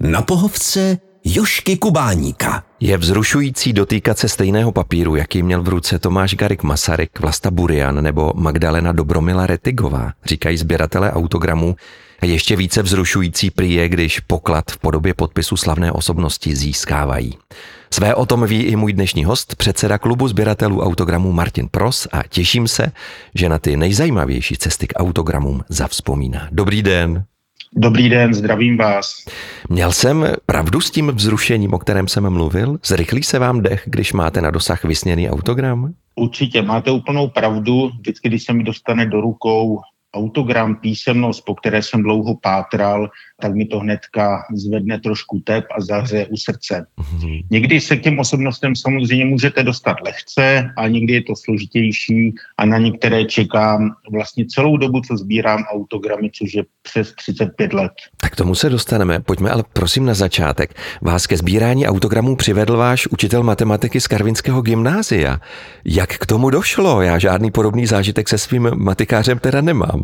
Na pohovce Jožky Kubáníka. Je vzrušující dotýkat se stejného papíru, jaký měl v ruce Tomáš Garrigue Masaryk, Vlasta Burian nebo Magdalena Dobromila Rettigová, říkají sběratelé autogramů. A ještě více vzrušující prý je, když poklad v podobě podpisu slavné osobnosti získávají. Své o tom ví i můj dnešní host, předseda klubu sběratelů autogramů Martin Pros, a těším se, že na ty nejzajímavější cesty k autogramům zavzpomíná. Dobrý den. Dobrý den, zdravím vás. Měl jsem pravdu s tím vzrušením, o kterém jsem mluvil? Zrychlí se vám dech, když máte na dosah vysněný autogram? Určitě, máte úplnou pravdu. Vždycky, když se mi dostane do rukou autogram, písemnost, po které jsem dlouho pátral, tak mi to hnedka zvedne trošku tep a zahřeje u srdce. Někdy se k těm osobnostem samozřejmě můžete dostat lehce a někdy je to složitější a na některé čekám vlastně celou dobu, co sbírám autogramy, což je přes 35 let. Tak tomu se dostaneme. Pojďme ale prosím na začátek. Vás ke sbírání autogramů přivedl váš učitel matematiky z Karvinského gymnázia. Jak k tomu došlo? Já žádný podobný zážitek se svým matikářem teda nemám.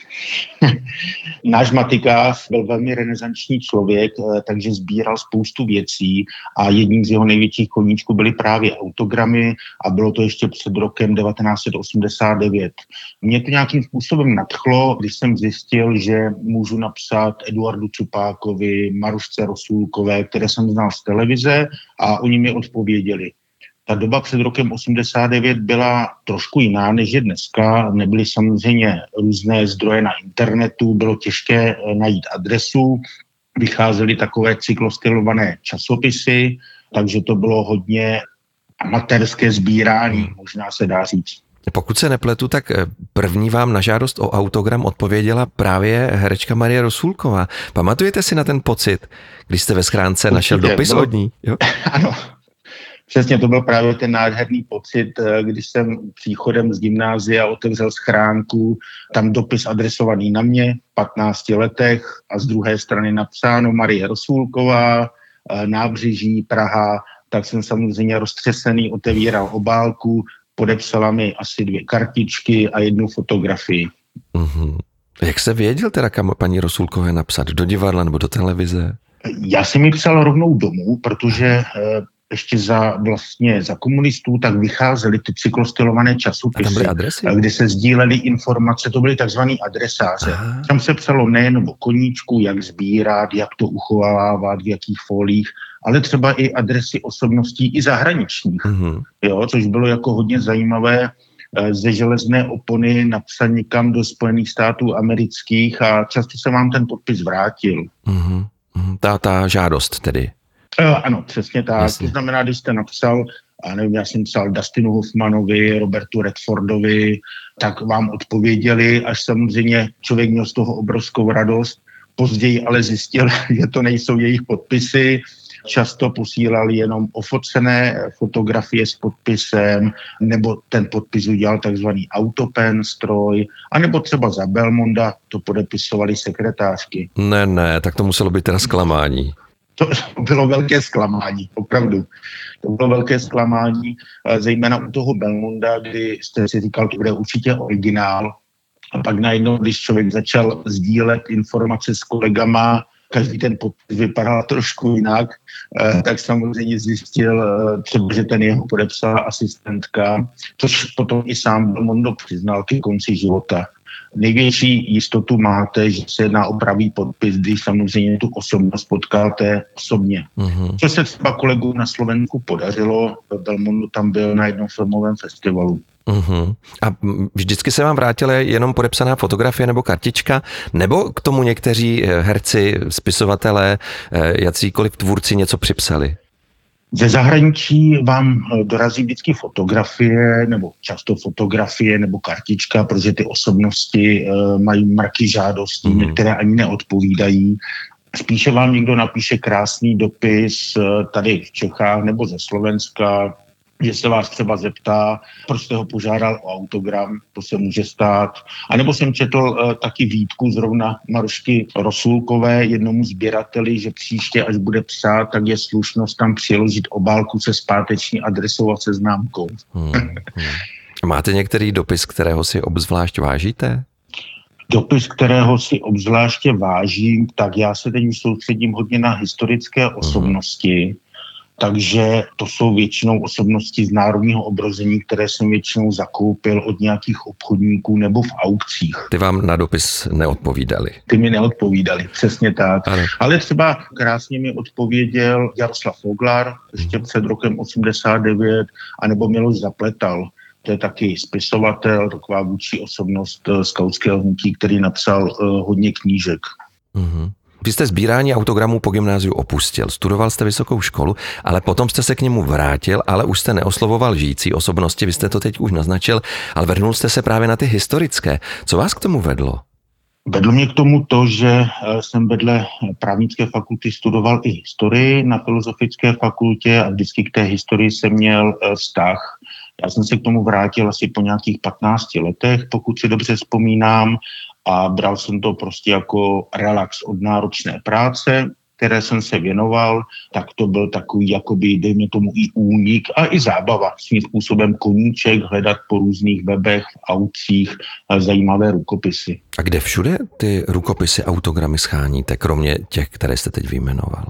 Náš matikář byl velmi renesanční člověk, takže sbíral spoustu věcí a jedním z jeho největších koníčků byly právě autogramy a bylo to ještě před rokem 1989. Mě to nějakým způsobem nadchlo, když jsem zjistil, že můžu napsat Eduardu Čupákovi, Marušce Rosůlkové, které jsem znal z televize, a oni mi odpověděli. Ta doba před rokem 89 byla trošku jiná, než je dneska. Nebyly samozřejmě různé zdroje na internetu, bylo těžké najít adresu, vycházely takové cyklostylované časopisy, takže to bylo hodně amatérské sbírání, možná se dá říct. Pokud se nepletu, tak první vám na žádost o autogram odpověděla právě herečka Marie Rosůlková. Pamatujete si na ten pocit, když jste ve schránce našel dopis od ní? Jo? Ano. Přesně, to byl právě ten nádherný pocit, když jsem příchodem z gymnázia otevřel schránku, tam dopis adresovaný na mě v 15 letech a z druhé strany napsáno Marie Rosůlková, Nábřeží, Praha, tak jsem samozřejmě roztřesený otevíral obálku, podepsala mi asi 2 kartičky a 1 fotografii. Mm-hmm. Jak se věděl teda, kam paní Rosůlkové napsat? Do divadla nebo do televize? Já jsem mi psal rovnou domů, protože ještě za komunistů tak vycházely ty cyklostylované časopisy, kde se sdílely informace, to byly takzvaný adresáře. Aha. Tam se psalo nejen o koníčku, jak sbírat, jak to uchovávat, v jakých folích, ale třeba i adresy osobností i zahraničních, jo, což bylo jako hodně zajímavé, ze železné opony napsat někam do Spojených států amerických a často se vám ten podpis vrátil. Ta žádost tedy. Ano, přesně tak. Jasně. To znamená, když jste napsal, já jsem psal Dustinu Hoffmanovi, Robertu Redfordovi, tak vám odpověděli, až samozřejmě člověk měl z toho obrovskou radost. Později ale zjistil, že to nejsou jejich podpisy. Často posílali jenom ofocené fotografie s podpisem, nebo ten podpis udělal takzvaný autopen stroj, anebo třeba za Belmonda to podepisovali sekretářky. Ne, tak to muselo být teda zklamání. To bylo velké zklamání, opravdu. To bylo velké zklamání, zejména u toho Belmonda, kdy jste si říkal, to bude určitě originál. A pak najednou, když člověk začal sdílet informace s kolegama, každý ten podpis vypadal trošku jinak, tak samozřejmě zjistil třeba, že ten jeho podepsala asistentka, což potom i sám Belmondo přiznal ke konci života. Největší jistotu máte, že se jedná o pravý podpis, když samozřejmě tu osobnost potkáte osobně. Co se třeba kolegům na Slovensku podařilo, Belmondo tam byl na jednom filmovém festivalu. A vždycky se vám vrátila jenom podepsaná fotografie nebo kartička, nebo k tomu někteří herci, spisovatelé, jacíkoliv tvůrci něco připsali? Ze zahraničí vám dorazí vždycky fotografie, nebo často fotografie nebo kartička, protože ty osobnosti mají mraky žádostí, některé ani neodpovídají. Spíše vám někdo napíše krásný dopis tady v Čechách nebo ze Slovenska, že se vás třeba zeptá, proč jste ho požádal o autogram, to se může stát. A nebo jsem četl taky výtku zrovna Marušky Rosůlkové, jednomu sběrateli, že příště, až bude psát, tak je slušnost tam přiložit obálku se zpáteční adresou a se známkou. Máte některý dopis, kterého si obzvlášť vážíte? Dopis, kterého si obzvláště vážím, tak já se teď soustředím hodně na historické osobnosti, takže to jsou většinou osobnosti z národního obrození, které jsem většinou zakoupil od nějakých obchodníků nebo v aukcích. Ty vám na dopis neodpovídali? Ty mi neodpovídali, přesně tak. Ano. Ale třeba krásně mi odpověděl Jaroslav Foglar ještě před rokem 89, anebo Miloš Zapletal. To je taky spisovatel, taková vůdčí osobnost skautského hnutí, který napsal hodně knížek. Mhm. Vy jste sbírání autogramů po gymnáziu opustil, studoval jste vysokou školu, ale potom jste se k němu vrátil, ale už jste neoslovoval žijící osobnosti, vy jste to teď už naznačil, ale vrhnul jste se právě na ty historické. Co vás k tomu vedlo? Vedlo mě k tomu to, že jsem vedle právnické fakulty studoval i historii na filozofické fakultě a vždycky k té historii jsem měl vztah. Já jsem se k tomu vrátil asi po nějakých 15 letech, pokud si dobře vzpomínám, a bral jsem to prostě jako relax od náročné práce, které jsem se věnoval, tak to byl takový, jakoby, dejme tomu, i únik a i zábava. Svým způsobem koníček, hledat po různých webech, v aukcích zajímavé rukopisy. A kde všude ty rukopisy, autogramy sháníte, kromě těch, které jste teď vyjmenoval?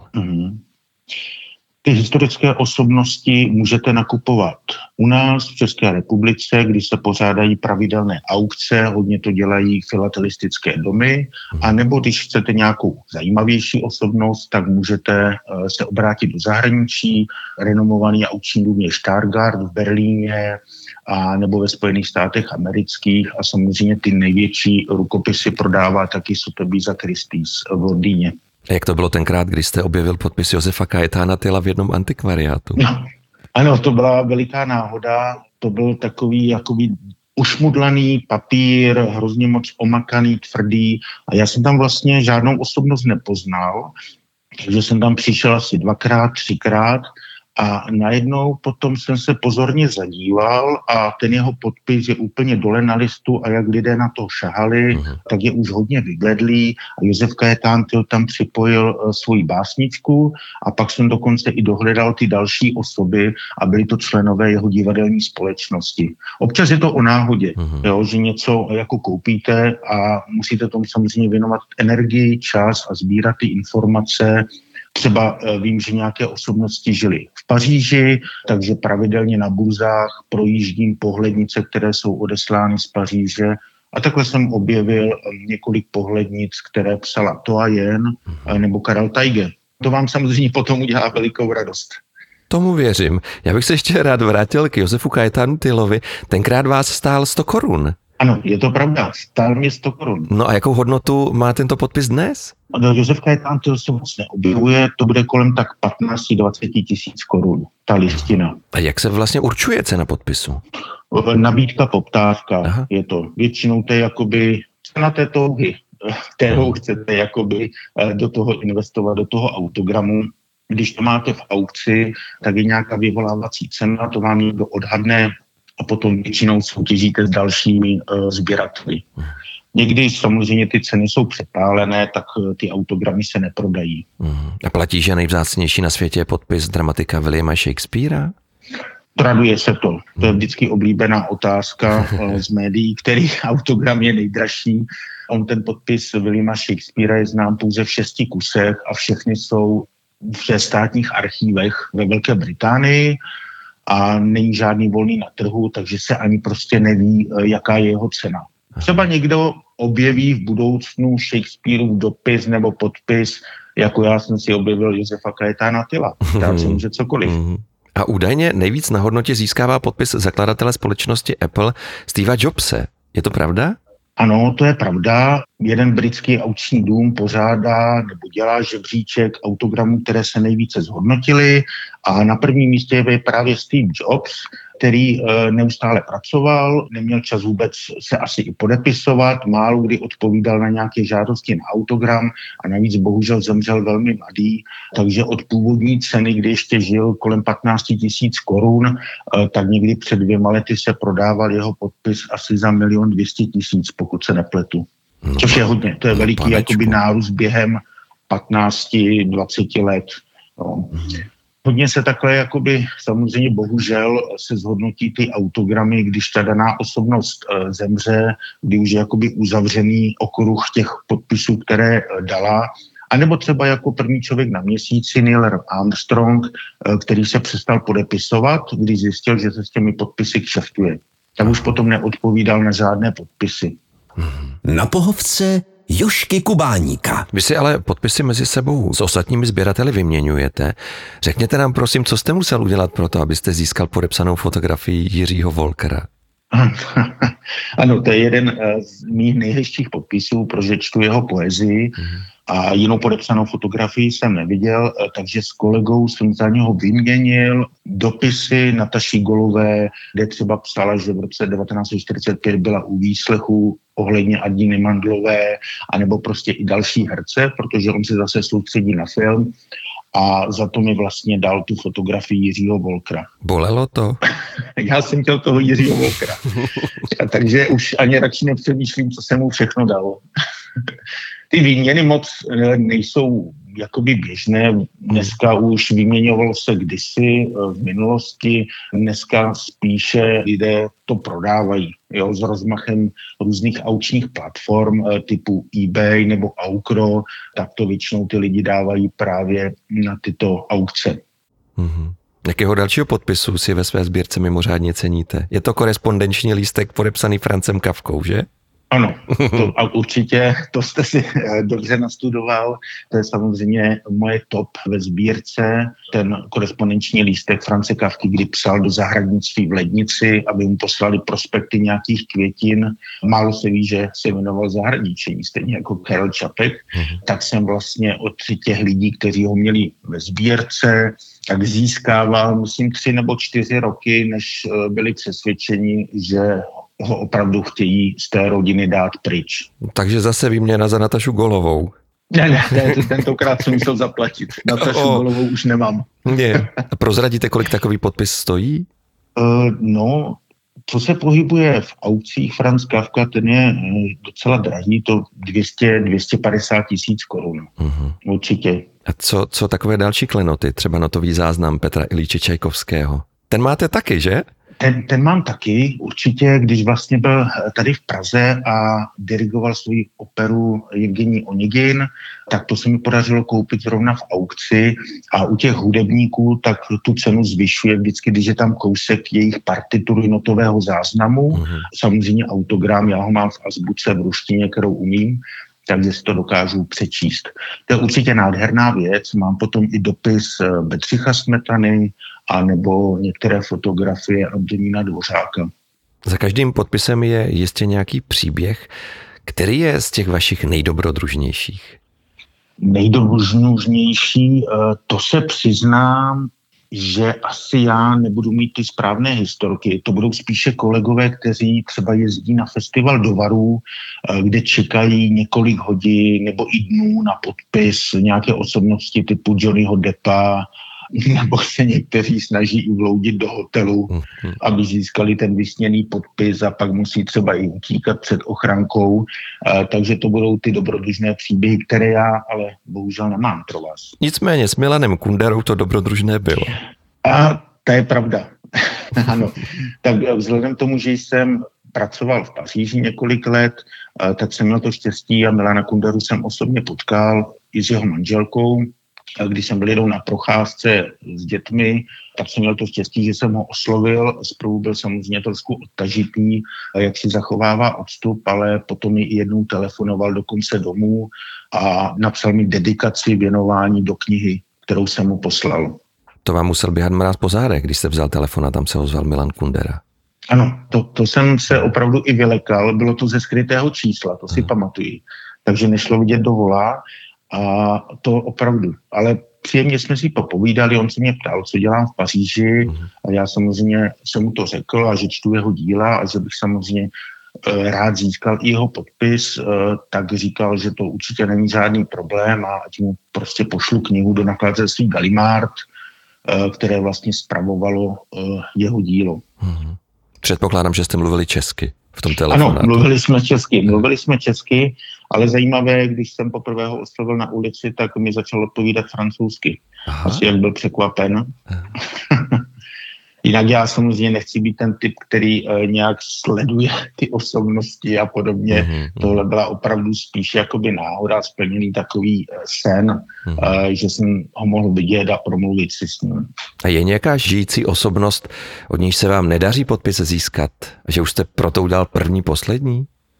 Ty historické osobnosti můžete nakupovat u nás v České republice, když se pořádají pravidelné aukce, hodně to dělají filatelistické domy, a nebo když chcete nějakou zajímavější osobnost, tak můžete se obrátit do zahraničí. Renomovaný aukční dům je Stargard v Berlíně a nebo ve Spojených státech amerických, a samozřejmě ty největší rukopisy prodává taky Sotheby's a Christie's v Londýně. Jak to bylo tenkrát, když jste objevil podpis Josefa Kajetána Tyla v jednom antikvariátu? No, ano, to byla veliká náhoda. To byl takový jakoby ušmudlaný papír, hrozně moc omakaný, tvrdý. A já jsem tam vlastně žádnou osobnost nepoznal, takže jsem tam přišel asi 2x, 3x. A najednou potom jsem se pozorně zadíval a ten jeho podpis je úplně dole na listu a jak lidé na to šahali, tak je už hodně vybledlý. A Josef Kajetán tam připojil svoji básničku a pak jsem dokonce i dohledal ty další osoby a byli to členové jeho divadelní společnosti. Občas je to o náhodě, jo, že něco jako koupíte a musíte tomu samozřejmě věnovat energii, čas a sbírat ty informace. Třeba vím, že nějaké osobnosti žili v Paříži, takže pravidelně na burzách projíždím pohlednice, které jsou odeslány z Paříže. A takhle jsem objevil několik pohlednic, které psala Toa Jen nebo Karel Tajge. To vám samozřejmě potom udělá velikou radost. Tomu věřím. Já bych se ještě rád vrátil k Josefu Kajetánu Tylovi. Tenkrát vás stál 100 korun. Ano, je to pravda. Stál mě 100 korun. No a jakou hodnotu má tento podpis dnes? Josef Kajetán Tyl se moc neobjevuje, to bude kolem tak 15-20 tisíc korun, ta listina. A jak se vlastně určuje cena podpisu? Nabídka, poptávka. Je to. Většinou to je jakoby cena té touhy, kterou chcete jakoby do toho investovat, do toho autogramu. Když to máte v aukci, tak je nějaká vyvolávací cena, to vám někdo odhadne a potom většinou soutěžíte s dalšími sběrateli. Někdy samozřejmě ty ceny jsou přepálené, tak ty autogramy se neprodají. A platí, že nejvzácnější na světě je podpis dramatika Williama Shakespearea? Traduje se to. To je vždycky oblíbená otázka z médií, který autogram je nejdražší. On ten podpis Williama Shakespearea je znám pouze v 6 kusech a všechny jsou v státních archívech ve Velké Británii a není žádný volný na trhu, takže se ani prostě neví, jaká je jeho cena. Třeba někdo objeví v budoucnu Shakespeareův dopis nebo podpis, jako já jsem si objevil Josefa Kajetána Tyla. Dát se může cokoliv. A údajně nejvíc na hodnotě získává podpis zakladatele společnosti Apple Steva Jobse. Je to pravda? Ano, to je pravda. Jeden britský aukční dům pořádá nebo dělá žebříček autogramů, které se nejvíce zhodnotily, a na prvním místě je právě Steve Jobs, který neustále pracoval, neměl čas vůbec se asi i podepisovat, málo kdy odpovídal na nějaké žádosti na autogram a navíc bohužel zemřel velmi mladý, takže od původní ceny, kdy ještě žil kolem 15 tisíc korun, tak někdy před 2 lety se prodával jeho podpis asi za 1 200 000, pokud se nepletu. Což je hodně, to je veliký jakoby nárůst během 15-20 let. No. Hodně se takhle jakoby samozřejmě bohužel se zhodnotí ty autogramy, když ta daná osobnost zemře, kdy už je jakoby uzavřený okruh těch podpisů, které dala. A nebo třeba jako první člověk na měsíci Neil Armstrong, který se přestal podepisovat, když zjistil, že se s těmi podpisy kšeftuje. Tak už potom neodpovídal na žádné podpisy. Na pohovce Jožky Kubáníka. Vy si ale podpisy mezi sebou s ostatními sběrateli vyměňujete. Řekněte nám prosím, co jste musel udělat pro to, abyste získal podepsanou fotografii Jiřího Wolkera? Ano, to je jeden z mých nejhezčích podpisů, protože čtu jeho poezii a jinou podepsanou fotografii jsem neviděl, takže s kolegou jsem za něho vyměnil dopisy Nataši Golové, kde třeba psala, že v roce 1945 byla u výslechu ohledně Adiny Mandlové, anebo prostě i další herce, protože on se zase soustředí na film. A za to mi vlastně dal tu fotografii Jiřího Wolkera. Bolelo to? Já jsem chtěl toho Jiřího Wolkera. Takže už ani radši nepřemýšlím, co jsem mu všechno dal. Ty výměny moc nejsou jakoby běžné. Dneska už vyměňovalo se kdysi v minulosti. Dneska spíše lidé to prodávají. Jo, s rozmachem různých aukčních platform typu eBay nebo Aukro, tak to většinou ty lidi dávají právě na tyto aukce. Jakého dalšího podpisu si ve své sbírce mimořádně ceníte? Je to korespondenční lístek podepsaný Francem Kafkou, že? Ano, to, a určitě, to jste si dobře nastudoval. To je samozřejmě moje top ve sbírce. Ten korespondenční lístek France Kafky, kdy psal do zahradnictví v Lednici, aby mu poslali prospekty nějakých květin. Málo se ví, že se jmenoval zahradničení, stejně jako Karel Čapek. Tak jsem vlastně od těch lidí, kteří ho měli ve sbírce, tak získával, myslím, 3 nebo 4 roky, než byli přesvědčeni, že ho opravdu chtějí z té rodiny dát pryč. Takže zase výměna za Natašu Golovou. Ne, tentokrát jsem musel zaplatit. Natašu Golovou už nemám. Ne. A prozradíte, kolik takový podpis stojí? No, co se pohybuje v aukcích Franz Kafka, ten je docela drahý, to 200-250 tisíc korun. Určitě. A co takové další klenoty, třeba notový záznam Petra Iljiče Čajkovského? Ten máte taky, že? Ten mám taky, určitě, když vlastně byl tady v Praze a dirigoval svoji operu Evgenij Onegin, tak to se mi podařilo koupit zrovna v aukci a u těch hudebníků tak tu cenu zvyšuje vždycky, když je tam kousek jejich partitury notového záznamu, samozřejmě autogram, já ho mám v azbuce v ruštině, kterou umím, takže si to dokážu přečíst. To je určitě nádherná věc. Mám potom i dopis Bedřicha Smetany a nebo některé fotografie Antonína Dvořáka. Za každým podpisem je jistě nějaký příběh, který je z těch vašich nejdobrodružnějších? Nejdobrodružnější, to se přiznám, že asi já nebudu mít ty správné historky. To budou spíše kolegové, kteří třeba jezdí na festival do Varů, kde čekají několik hodin nebo i dnů na podpis nějaké osobnosti typu Johnnyho Deppa, nebo se někteří snaží i vloudit do hotelu, aby získali ten vysněný podpis a pak musí třeba i utíkat před ochrankou. Takže to budou ty dobrodružné příběhy, které já ale bohužel nemám pro vás. Nicméně s Milanem Kunderou to dobrodružné bylo. A to je pravda. Ano. Tak vzhledem k tomu, že jsem pracoval v Paříži několik let, tak jsem měl to štěstí a Milana Kunderu jsem osobně potkal i s jeho manželkou. Když jsem byl jednou na procházce s dětmi, tak jsem měl to štěstí, že jsem ho oslovil. Zprvu byl samozřejmě trošku odtažitý, jak si zachovává odstup, ale potom mi i jednou telefonoval dokonce domů a napsal mi dedikaci věnování do knihy, kterou jsem mu poslal. To vám musel běhat mráz po zádech, když jste vzal telefon a tam se ozval Milan Kundera. Ano, to jsem se opravdu i vylekal. Bylo to ze skrytého čísla, to si pamatuji. Takže nešlo vidět do volá. A to opravdu, ale příjemně jsme si popovídali, on se mě ptal, co dělám v Paříži a já samozřejmě jsem mu to řekl a že čtu jeho díla a že bych samozřejmě rád získal i jeho podpis, tak říkal, že to určitě není žádný problém a ať mu prostě pošlu knihu do nakladatelství Gallimard, které vlastně spravovalo jeho dílo. Předpokládám, že jste mluvili česky v tom telefonátu. Ano, mluvili jsme česky, ale zajímavé, když jsem poprvé ho oslovil na ulici, tak mi začal odpovídat francouzsky. Asi jak byl překvapen. Jinak já samozřejmě nechci být ten typ, který nějak sleduje ty osobnosti a podobně. Tohle byla opravdu spíš jakoby náhoda, splněný takový sen, že jsem ho mohl vidět a promluvit si s ním. A je nějaká žijící osobnost, od níž se vám nedaří podpis získat? Že už jste proto udělal první, poslední?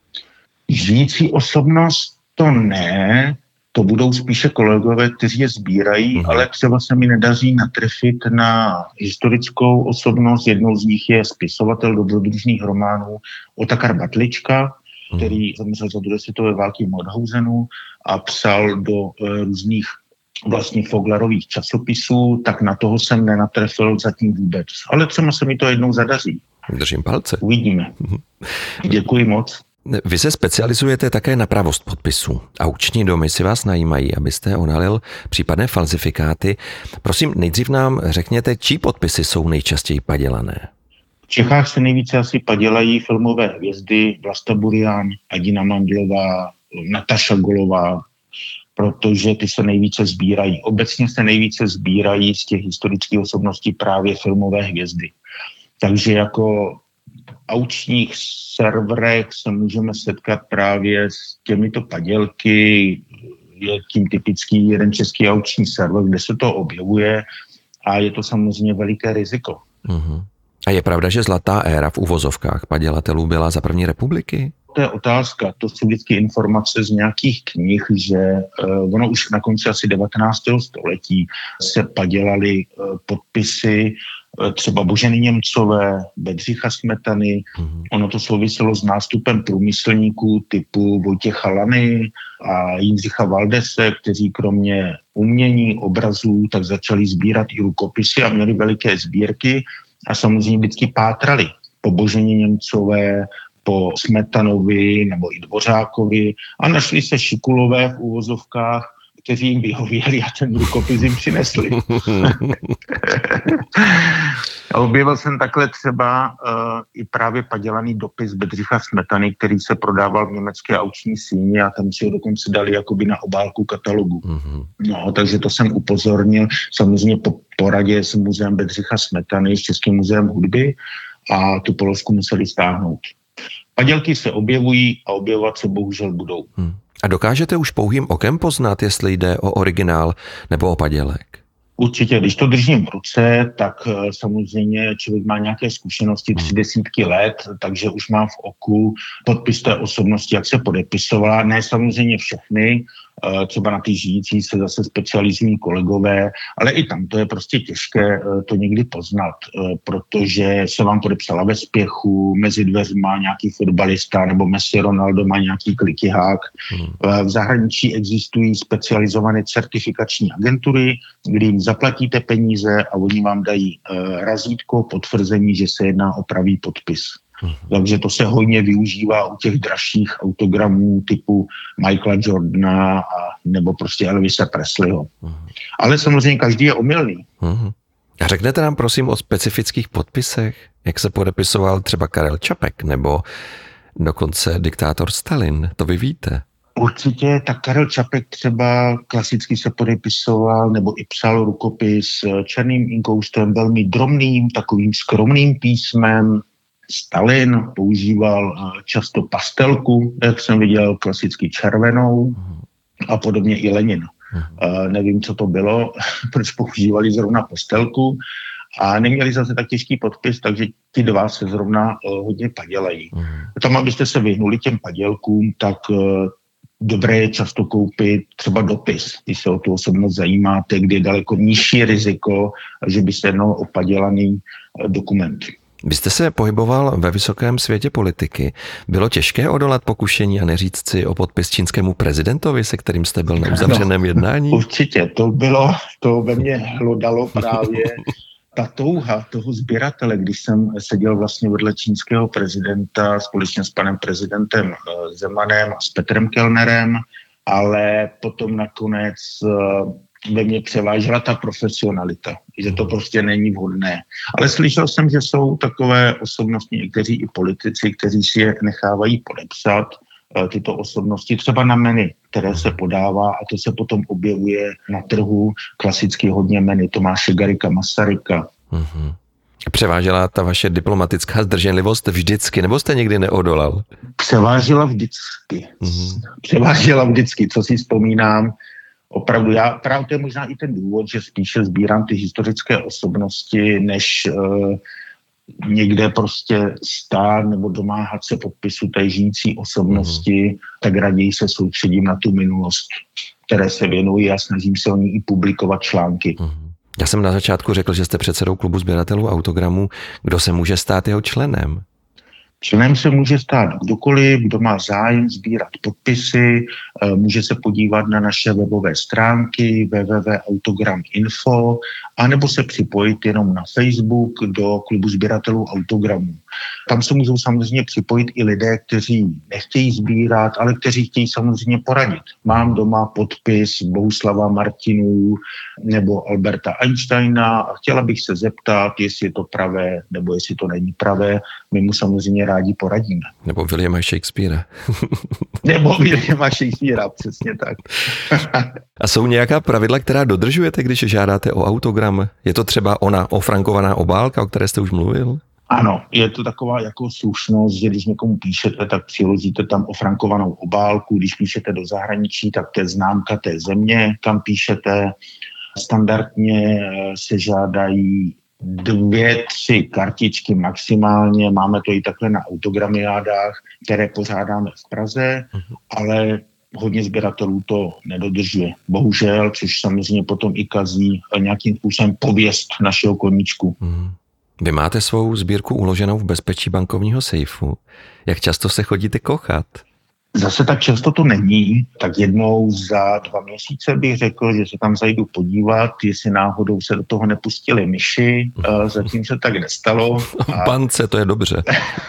Žijící osobnost to ne, to budou spíše kolegové, kteří je sbírají, ale třeba se mi nedaří natrefit na historickou osobnost. Jednou z nich je spisovatel dobrodružných románů Otakar Batlička, který zemřel za druhé světové války v Mauthausenu a psal do různých vlastně Foglerových časopisů, tak na toho jsem nenatrefil zatím vůbec. Ale třeba se mi to jednou zadaří. Držím palce. Uvidíme. Děkuji moc. Vy se specializujete také na pravost podpisů. Aukční domy si vás najímají, abyste odhalil případné falzifikáty. Prosím, nejdřív nám řekněte, čí podpisy jsou nejčastěji padělané. V Čechách se nejvíce asi padělají filmové hvězdy Vlasta Burian, Adina Mandlová, Nataša Golová, protože ty se nejvíce sbírají. Obecně se nejvíce sbírají z těch historických osobností právě filmové hvězdy. Takže jako aukčních serverech se můžeme setkat právě s těmito padělky. Je tím typický jeden český aukční server, kde se to objevuje a je to samozřejmě veliké riziko. A je pravda, že zlatá éra v uvozovkách padělatelů byla za první republiky? To je otázka. To jsou vždycky informace z nějakých knih, že ono už na konci asi 19. století se padělaly podpisy třeba Boženy Němcové, Bedřicha Smetany. Ono to souviselo s nástupem průmyslníků typu Vojtěcha Lany a Jindřicha Valdese, kteří kromě umění, obrazů, tak začali sbírat i rukopisy a měli veliké sbírky a samozřejmě vždycky pátrali po Boženě Němcové, po Smetanovi nebo i Dvořákovi a našli se šikulové v úvozovkách, kteří jim vyhověli a ten rukopis jim přinesli. A objevil jsem takhle třeba i právě padělaný dopis Bedřicha Smetany, který se prodával v německé aukční síni a tam si ho dokonce dali jakoby na obálku katalogu. No, takže to jsem upozornil. Samozřejmě po poradě s muzeem Bedřicha Smetany, s Českým muzeem hudby a tu položku museli stáhnout. Padělky se objevují a objevovat se bohužel budou. A dokážete už pouhým okem poznat, jestli jde o originál nebo o padělek? Určitě, když to držím v ruce, tak samozřejmě člověk má nějaké zkušenosti 30 let, takže už má v oku podpis té osobnosti, jak se podepisovala. Ne samozřejmě všechny, třeba na ty žijící se zase specializují kolegové, ale i tam to je prostě těžké to někdy poznat, protože se vám podepsala ve spěchu, mezi dveřma nějaký fotbalista nebo Messi Ronaldo má nějaký klikyhák. V zahraničí existují specializované certifikační agentury, kdy jim zaplatíte peníze a oni vám dají razítko, potvrzení, že se jedná o pravý podpis. Takže to se hodně využívá u těch dražších autogramů typu Michaela Jordana nebo prostě Elvise Presleyho. Ale samozřejmě každý je omylný. A řeknete nám prosím o specifických podpisech, jak se podepisoval třeba Karel Čapek nebo dokonce diktátor Stalin, to vy víte? Určitě, tak Karel Čapek třeba klasicky se podepisoval nebo i psal rukopis černým inkouštem, velmi drobným, takovým skromným písmem. Stalin používal často pastelku, jak jsem viděl, klasicky červenou a podobně i Lenin. Nevím, co to bylo, proč používali zrovna pastelku a neměli zase tak těžký podpis, takže ti dva se zrovna hodně padělají. Tam, abyste se vyhnuli těm padělkům, tak dobré je často koupit třeba dopis, když se o tu osobnost zajímáte, kde je daleko nižší riziko, že by se jednalo o padělaný dokument. Vy jste se pohyboval ve vysokém světě politiky. Bylo těžké odolat pokušení a neříct si o podpis čínskému prezidentovi, se kterým jste byl na uzavřeném jednání? Určitě, to ve mně hlodalo právě ta touha toho sběratele, když jsem seděl vlastně vedle čínského prezidenta společně s panem prezidentem Zemanem a s Petrem Kellnerem, ale potom nakonec ve mně převážela ta profesionalita, že to prostě není vhodné. Ale slyšel jsem, že jsou takové osobnosti, někteří i politici, kteří si je nechávají podepsat tyto osobnosti, třeba na menu, které se podává, a to se potom objevuje na trhu klasicky hodně menu Tomáše Garrigua Masaryka. Mm-hmm. Převážela ta vaše diplomatická zdrženlivost vždycky, nebo jste nikdy neodolal? Převážela vždycky. Převážela vždycky, co si vzpomínám. Opravdu, právě to je možná i ten důvod, že spíše sbírám ty historické osobnosti, než někde prostě stát nebo domáhat se podpisu té žijící osobnosti, tak raději se soustředím na tu minulost, které se věnují a snažím se o ní i publikovat články. Já jsem na začátku řekl, že jste předsedou klubu sběratelů autogramů. Kdo se může stát jeho členem? Členem se může stát kdokoliv, kdo má zájem sbírat podpisy, může se podívat na naše webové stránky www.autogram.info, anebo se připojit jenom na Facebook do klubu sběratelů autogramů. Tam se můžou samozřejmě připojit i lidé, kteří nechtějí sbírat, ale kteří chtějí samozřejmě poradit. Mám doma podpis Bohuslava Martinů nebo Alberta Einsteina a chtěla bych se zeptat, jestli je to pravé nebo jestli to není pravé. My mu samozřejmě rádi poradíme. Nebo Williama Shakespearea. Nebo Williama Shakespearea, přesně tak. A jsou nějaká pravidla, která dodržujete, když žádáte o autogram? Je to třeba ona ofrankovaná obálka, o které jste už mluvil? Ano, je to taková jako slušnost, že když někomu píšete, tak přiložíte tam ofrankovanou obálku, když píšete do zahraničí, tak to je známka té země, kam píšete. Standardně se žádají 2-3 kartičky maximálně, máme to i takhle na autogramiádách, které pořádáme v Praze, ale hodně sběratelů to nedodržuje. Bohužel, což samozřejmě potom i kazí nějakým způsobem pověst našeho koníčku. Vy máte svou sbírku uloženou v bezpečí bankovního sejfu. Jak často se chodíte kochat? Zase tak často to není, tak jednou za 2 měsíce bych řekl, že se tam zajdu podívat, jestli náhodou se do toho nepustili myši, zatím se tak nestalo. Bance, to je dobře.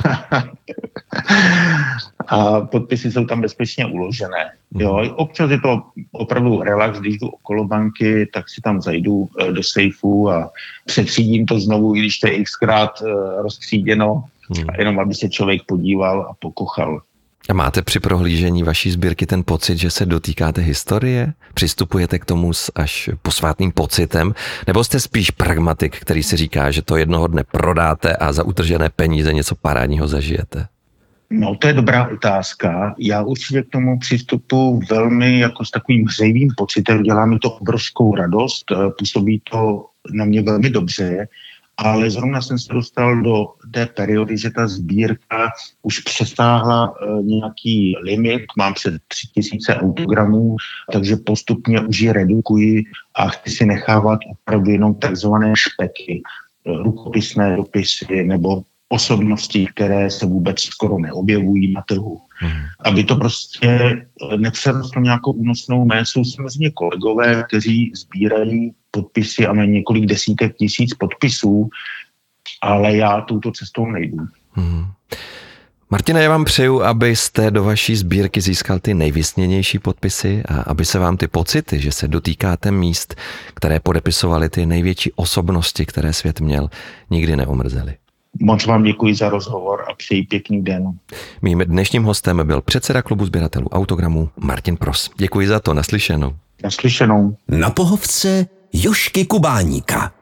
A podpisy jsou tam bezpečně uložené. Jo, občas je to opravdu relax, když jdu okolo banky, tak si tam zajdu do sejfu a přetřídím to znovu, i když to je xkrát roztříděno, a jenom aby se člověk podíval a pokochal. A máte při prohlížení vaší sbírky ten pocit, že se dotýkáte historie? Přistupujete k tomu s až posvátným pocitem? Nebo jste spíš pragmatik, který si říká, že to jednoho dne prodáte a za utržené peníze něco parádního zažijete? No, to je dobrá otázka. Já určitě k tomu přistupuji velmi jako s takovým hřejivým pocitem. Dělá mi to obrovskou radost, působí to na mě velmi dobře, ale zrovna jsem se dostal do té periody, že ta sbírka už přesáhla nějaký limit, mám před 3000 autogramů, takže postupně už ji redukuji a chci si nechávat opravdu jenom takzvané špeky, rukopisné dopisy nebo osobnosti, které se vůbec skoro neobjevují na trhu. Aby to prostě nepřerostlo nějakou únosnou méně. Jsou samozřejmě kolegové, kteří sbírají podpisy a mají několik desítek tisíc podpisů, ale já touto cestou nejdu. Martine, já vám přeju, abyste do vaší sbírky získal ty nejvysněnější podpisy a aby se vám ty pocity, že se dotýkáte míst, které podepisovaly ty největší osobnosti, které svět měl, nikdy neomrzely. Moc vám děkuji za rozhovor a přeji pěkný den. Mým dnešním hostem byl předseda klubu sběratelů autogramů Martin Pros. Děkuji za to, naslyšenou. Naslyšenou. Na pohovce Jožky Kubáníka.